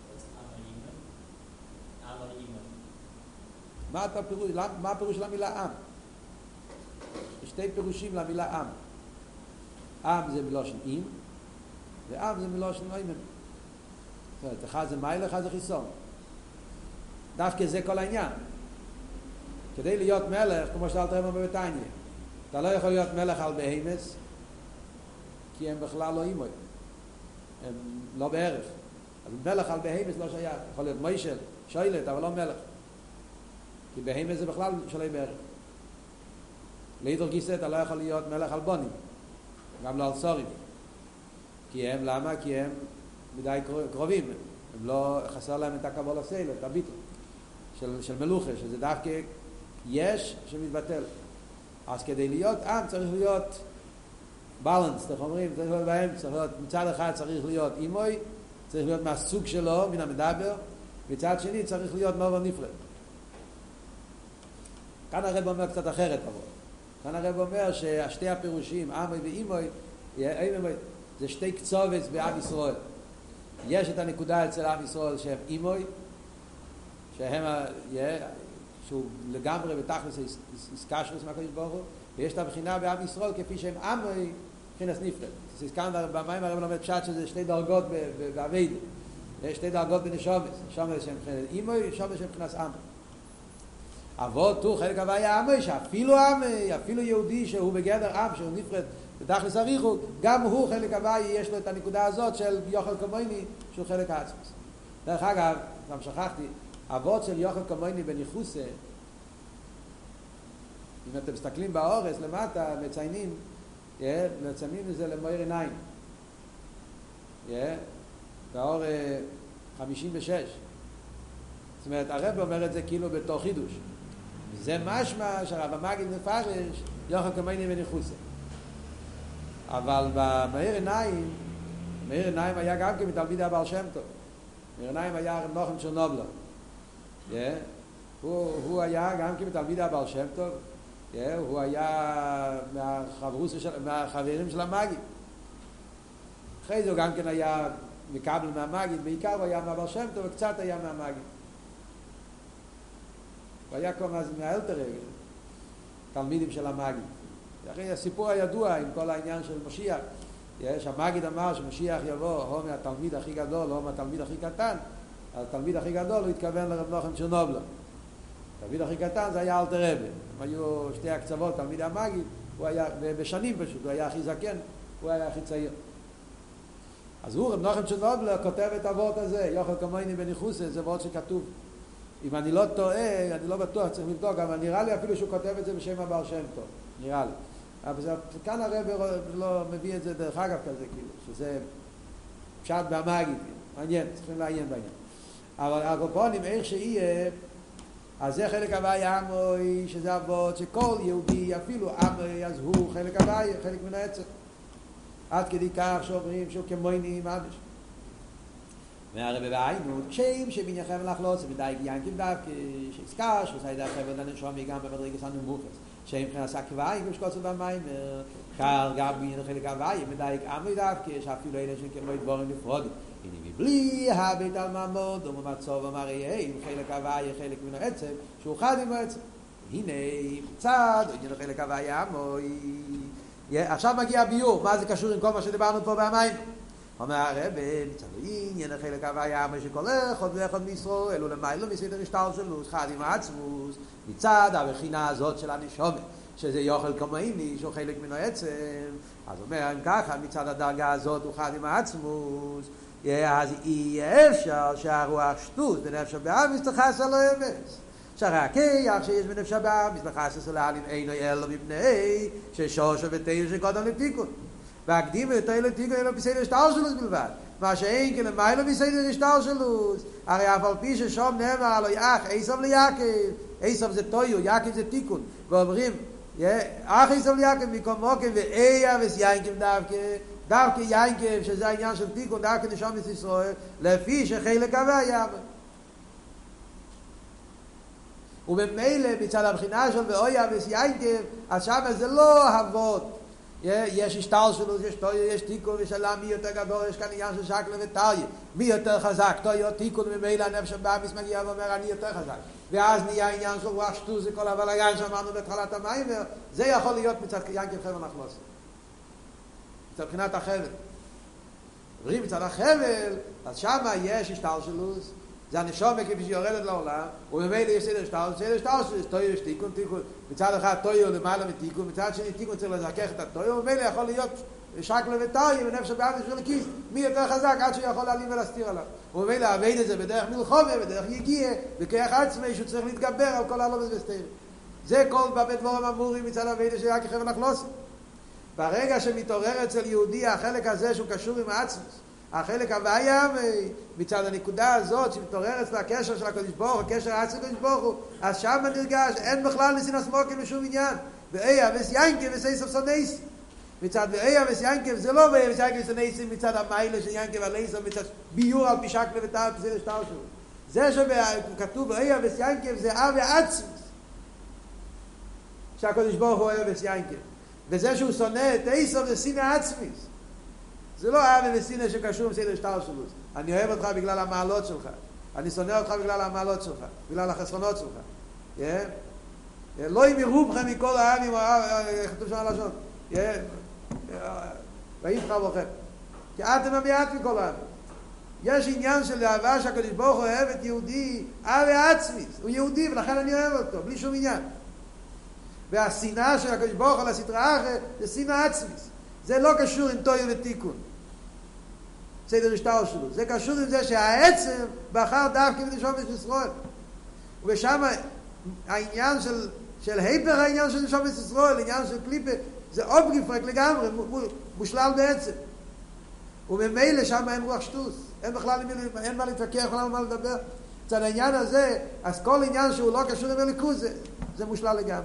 S1: מה הפירוש, מה הפירוש של המילה עם? יש שתי פירושים למילה עם. עם זה מלושן עם, ועם זה מלושן לא אימן. זאת אומרת, אחד זה מייל, אחד זה חיסון. דווקא זה כל העניין. כדי להיות מלך, כמו שאלת רמם בבטניה, אתה לא יכול להיות מלך על בהימס, כי הם בכלל לא אימוי. הם לא בערך. אז מלך על בהימס לא שייך. יכול להיות מוישל, שוילת, אבל לא מלך. כי בהימס זה בכלל שלא בערך. ליתר גיסא אתה לא יכול להיות מלך על בונים. גם לא על סורים. כי הם, למה? כי הם מדי קרובים. הם לא, חסר להם את הקבול הסייל, את הביטל של, של מלוכה, שזה דווקא יש שמתבטל. אז כדי להיות עם צריך להיות בלנס, איך אומרים? צריך להיות בהם, צריך להיות, מצד אחד צריך להיות אימוי, צריך להיות מהסוג שלו, מן המדבר, מצד שני צריך להיות מאוד נפרד. כאן הרב אומר קצת אחרת אבל. כאן הרב אומר שהשתי הפירושים, עמוי ואימוי, זה שתי קצובץ בעם ישראל. יש את הנקודה אצל עם ישראל שהם אימוי, שהם, שהוא לגמרי בתכלס איסקשרוס מהקדוש ברוך הוא, ויש את הבחינה בעם ישראל כפי שהם עמוי, מבחינת נפרד. אז כאן במים הרב לומד פשט שזה שתי דרגות בעבד. יש שתי דרגות בנשומס. נשומס שהם מבחינת אימוי, נשומס שהם מבחינת עמוי. אבות הוא חלק הוויה עמוי, שאפילו עמוי, אפילו יהודי שהוא בגדר עם, שהוא נפרד בתכלס אריכות, גם הוא חלק הוויה, יש לו את הנקודה הזאת של יוכל כמוני, שהוא חלק העצמוס. דרך אגב, גם שכחתי, אבות של יוכל כמוני בניחוסה, אם אתם מסתכלים באורס למטה, מציינים, מציינים את זה למאיר עיניים. באור חמישים ושש. זאת אומרת, הרב אומר את זה כאילו בתור חידוש. זה משמע שהרב המגיד מפרש יוכל כמוני בניחוסה. אבל במאיר עיניים, מאיר עיניים היה גם כמתלמיד הבעל שם טוב. מאיר עיניים היה הרב נוחם צ'רנובלר. Yeah. הוא, הוא היה גם כמתלמיד הבעל שם טוב. Yeah. הוא היה של, מהחברים של המגיד. אחרי זה הוא גם כן היה מקבל מהמגיד, בעיקר הוא היה מהבעל שם טוב וקצת היה מהמגיד. הוא היה כמו מהאלתר תלמידים של המגיד. אחרי הסיפור הידוע עם כל העניין של משיח, יש המגיד אמר שמשיח יבוא או מהתלמיד הכי גדול או מהתלמיד הכי קטן. התלמיד הכי גדול הוא התכוון לרב נוחם צ'רנובלר. התלמיד הכי קטן זה היה אלתר רבי. הם היו שתי הקצוות, תלמיד המגיד, הוא היה בשנים פשוט, הוא היה הכי זקן, הוא היה הכי צעיר. אז הוא, רב נוחם צ'רנובלר, כותב את הוות הזה, יוכל כמוני בניחוסה, זה וort שכתוב אם אני לא טועה, אני לא בטוח, צריך לבדוק, אבל נראה לי אפילו שהוא כותב את זה בשם הבעל שם טוב, נראה לי. אבל זה, כאן הרב לא מביא את זה דרך אגב כזה, כאילו, שזה פשט במאגיד, מעניין, צריכים לעיין בעניין. אבל הקופונים, איך שיהיה, אז זה חלק הבעיה עמוי, שזה אבות, שכל יהודי, אפילו עמוי, אז הוא חלק הבעיה, חלק מן העצר. עד כדי כך שאומרים שהוא כמויני ממש. והרבי בעיינות, קשיים שבנייכם לחלוץ, מדייק ינקים דווקא, שהזכר, שהוא עושה ידי החבר לנשומי גם במדרגת הנמוכת, שהם מבחינת עשה כבאים, ושקוצו במים, קר גם בעניין חלק הבאים, מדייק עמי דווקא, שאפילו אלה שכמו דבורים נפרודים. הנה מבלי הבית על ממוד, וממצוב המראיים, חלק הבאים, חלק מן העצם, שהוא חד עם העצם. הנה, מצד, עניין חלק הבאים עמוי. עכשיו מגיע הביור, מה זה קשור עם כל מה שדיברנו פה במים? אומר הרב, מצד עניין חלק הוויה שכל אחד ואחד מישראל ולמיילו מסדר השתלשלות חד עם העצמות מצד הבחינה הזאת של הנשמה שזה יוכל כמוני שהוא חלק מן העצם. אז אומר אם ככה מצד הדרגה הזאת הוא חד עם העצמות, אז יהיה אפשר שהרוח שטות בנפש הבאה מסתחס על האמץ, שהרקיח שיש בנפש הבאה מסתחס על העלים אינו אלו מפני ששושו ותאיר שקודם לתיקון והקדימו את האלה תיקון אלו בסדר השתלשלות בלבד, מה שאין כי למיילו בסדר השתלשלות. הרי אף על פי ששום נאמר עלו אח עשב ליעקב, עשב זה טויו, יעקב זה תיקון, ואומרים אח עשב ליעקב מקום מוקם ואיה וסיינקב דווקא דווקא יינקב שזה העניין של תיקון דווקא נשמת ישראל לפי שחלק הוויה ובמילא מצד הבחינה של ואויה וסיינקב אז שם זה לא אבות, יש השתלשלות, יש טויו, יש תיקון, ושאלה מי יותר גדול, יש כאן עניין של שקלה וטליה, מי יותר חזק, טויו, תיקון, ממילא הנפש הבאמיס מגיע ואומר אני יותר חזק, ואז נהיה עניין של רוח שטות, זה כל הבלגן שאמרנו בתחילת המים, זה יכול להיות מצד ינקב חבל נחלוס, מצד בחינת החבל. עוברים מצד החבל, אז שם יש השתלשלות, זה הנשמה כפי שיורדת לעולם, ובמילא יש סדר השתלשלות, סדר השתלשלות, טויו, יש תיקון, תיקון, מצד אחד טויו למעלה מתיקון, מצד שני תיקון צריך לזכח את הטויו, ובמילא יכול להיות שקלה וטויו, ונפש הבאמיס של הכיס, מי יותר חזק עד שיכול להעלים ולהסתיר עליו. ובמילא עבד את זה בדרך מלחמה, בדרך יגיע, בכוח עצמי, שהוא צריך להתגבר על כל הלומס וסתירים. זה כל בבית דבורים אמורים מצד עבד של רק חבל נחלוס. ברגע שמתעורר אצל יהודי החלק הזה שהוא קשור עם העצמוס, החלק הוויה מצד הנקודה הזאת שמתעורר אצל הקשר של הקדוש ברוך הוא, הקשר העצמי הקדוש ברוך הוא, אז שם נרגש, אין בכלל נסינס מוקים בשום עניין. ואיה וסיינקב וסייסף סונייס. מצד ואיה וסיינקב זה לא ואיה וסיינקב סונייס מצד המיילה של ינקב עליסם, מצד ביור על פישקלה וטל פסיד השטר שלו. זה שכתוב ואיה וסיינקב זה אב ועצמוס. שהקדוש ברוך הוא אוהב וסיינקב. וזה שהוא שונא את איסוף זה סינא עצמיס. זה לא אהבה וסינא שקשור עם סדר שטר שלו. אני אוהב אותך בגלל המעלות שלך. אני שונא אותך בגלל המעלות שלך. בגלל החסרונות שלך. Yeah. Yeah. לא ימירו בכם מכל העמים, איך כתוב שם הלשון? ויבחר בכם. כי אתם המעט מכל העמים. יש עניין של אהבה שהקדוש ברוך הוא אוהב את יהודי, אהבה עצמיס. הוא יהודי ולכן אני אוהב אותו, בלי שום עניין. והשנאה של הקדוש ברוך הוא לסטרא אחרא זה שנאה עצמיס. זה לא קשור עם טויו ותיקון. סדר השטר שלו. זה קשור עם זה שהעצם בחר דווקא בנשמת ישראל. ושם העניין של, של היפר העניין של נשמת ישראל, העניין של קליפה, זה אובגפרק לגמרי, מושלל בעצם. וממילא שם אין רוח שטוס. אין בכלל אין מה להתווכח, אין מה לדבר. צד העניין הזה, אז כל עניין שהוא לא קשור עם הליכוז, זה, זה מושלל לגמרי.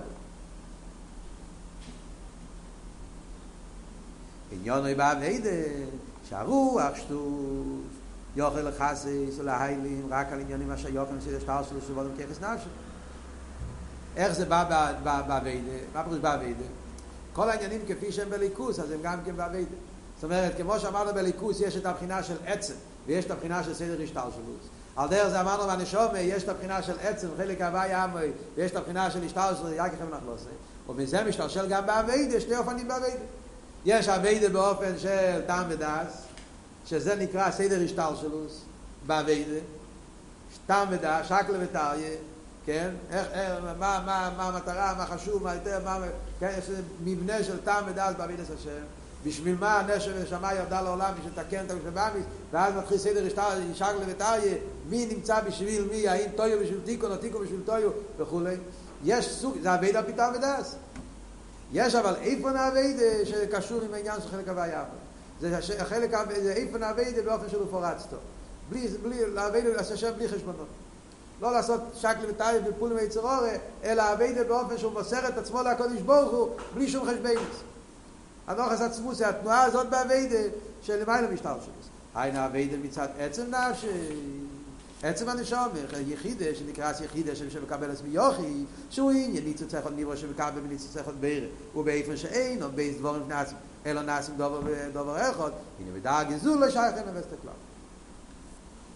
S1: עניון היא בעבדה, שהרוח שטות, יוכל לחסס ולהיילים, רק על עניינים אשר יוכל מסדר שטר שלו שבודם ככס נפשו. איך זה בא בעבדה? מה פרוש בעבדה? כל העניינים כפי שהם בליכוס, אז הם גם כן בעבדה. זאת אומרת, כמו שאמרנו בליכוס, יש את הבחינה של עצם, ויש את הבחינה של סדר השטר שלו. על דרך זה אמרנו בנשמה, יש את הבחינה של עצם, חלק הוויה עמוי, ויש את הבחינה של השטר שלו, רק לכם נחלוסה. ומזה משתרשל גם בעבדה, שני אופנים בעבדה. יש עבדה באופן של טעם ודס, שזה נקרא סדר השתלשלות בעבדה, טעם ודס, שקלה וטליה, כן? איך, איך, מה, מה, מה המטרה, מה חשוב, מה יותר, מה, כן? יש מבנה של טעם ודס בעבודת השם, בשביל מה הנשם ונשמה ירדה לעולם בשביל לתקן את המשבאמיס, ואז מתחיל סדר ישגלה וטריה, מי נמצא בשביל מי, האם טויו בשביל תיקון או תיקון בשביל טויו וכולי. יש סוג, זה עבד הפיתר ודס. יש אבל איפה נעבד שקשור עם העניין של חלק הוויה. זה חלק, זה איפה נעבד באופן של פורצתו. בלי, בלי, לעבד השם בלי חשבונות. לא לעשות שקל וטריה ופולים ויצרורה, אלא עבד באופן שהוא מוסר את עצמו לקודש ברוך הוא, בלי שום חשבונס. הנוחס עצמוס, התנועה הזאת בעבדה של למעלה משטר שלו. היינו עבדה מצד עצם נפשי, עצם הנשום, יחידה שנקרא יחידה שמקבל עצמי יוכי, שהוא עניין ניצוץ אחד נברא שמקבל בניצוץ אחד בעיר, ובאיפן שאין, או בייס דבורים נעשים, אלא נעשים דובר אחד, הנה בדאג זו לא שייך אין לבסת הכלל.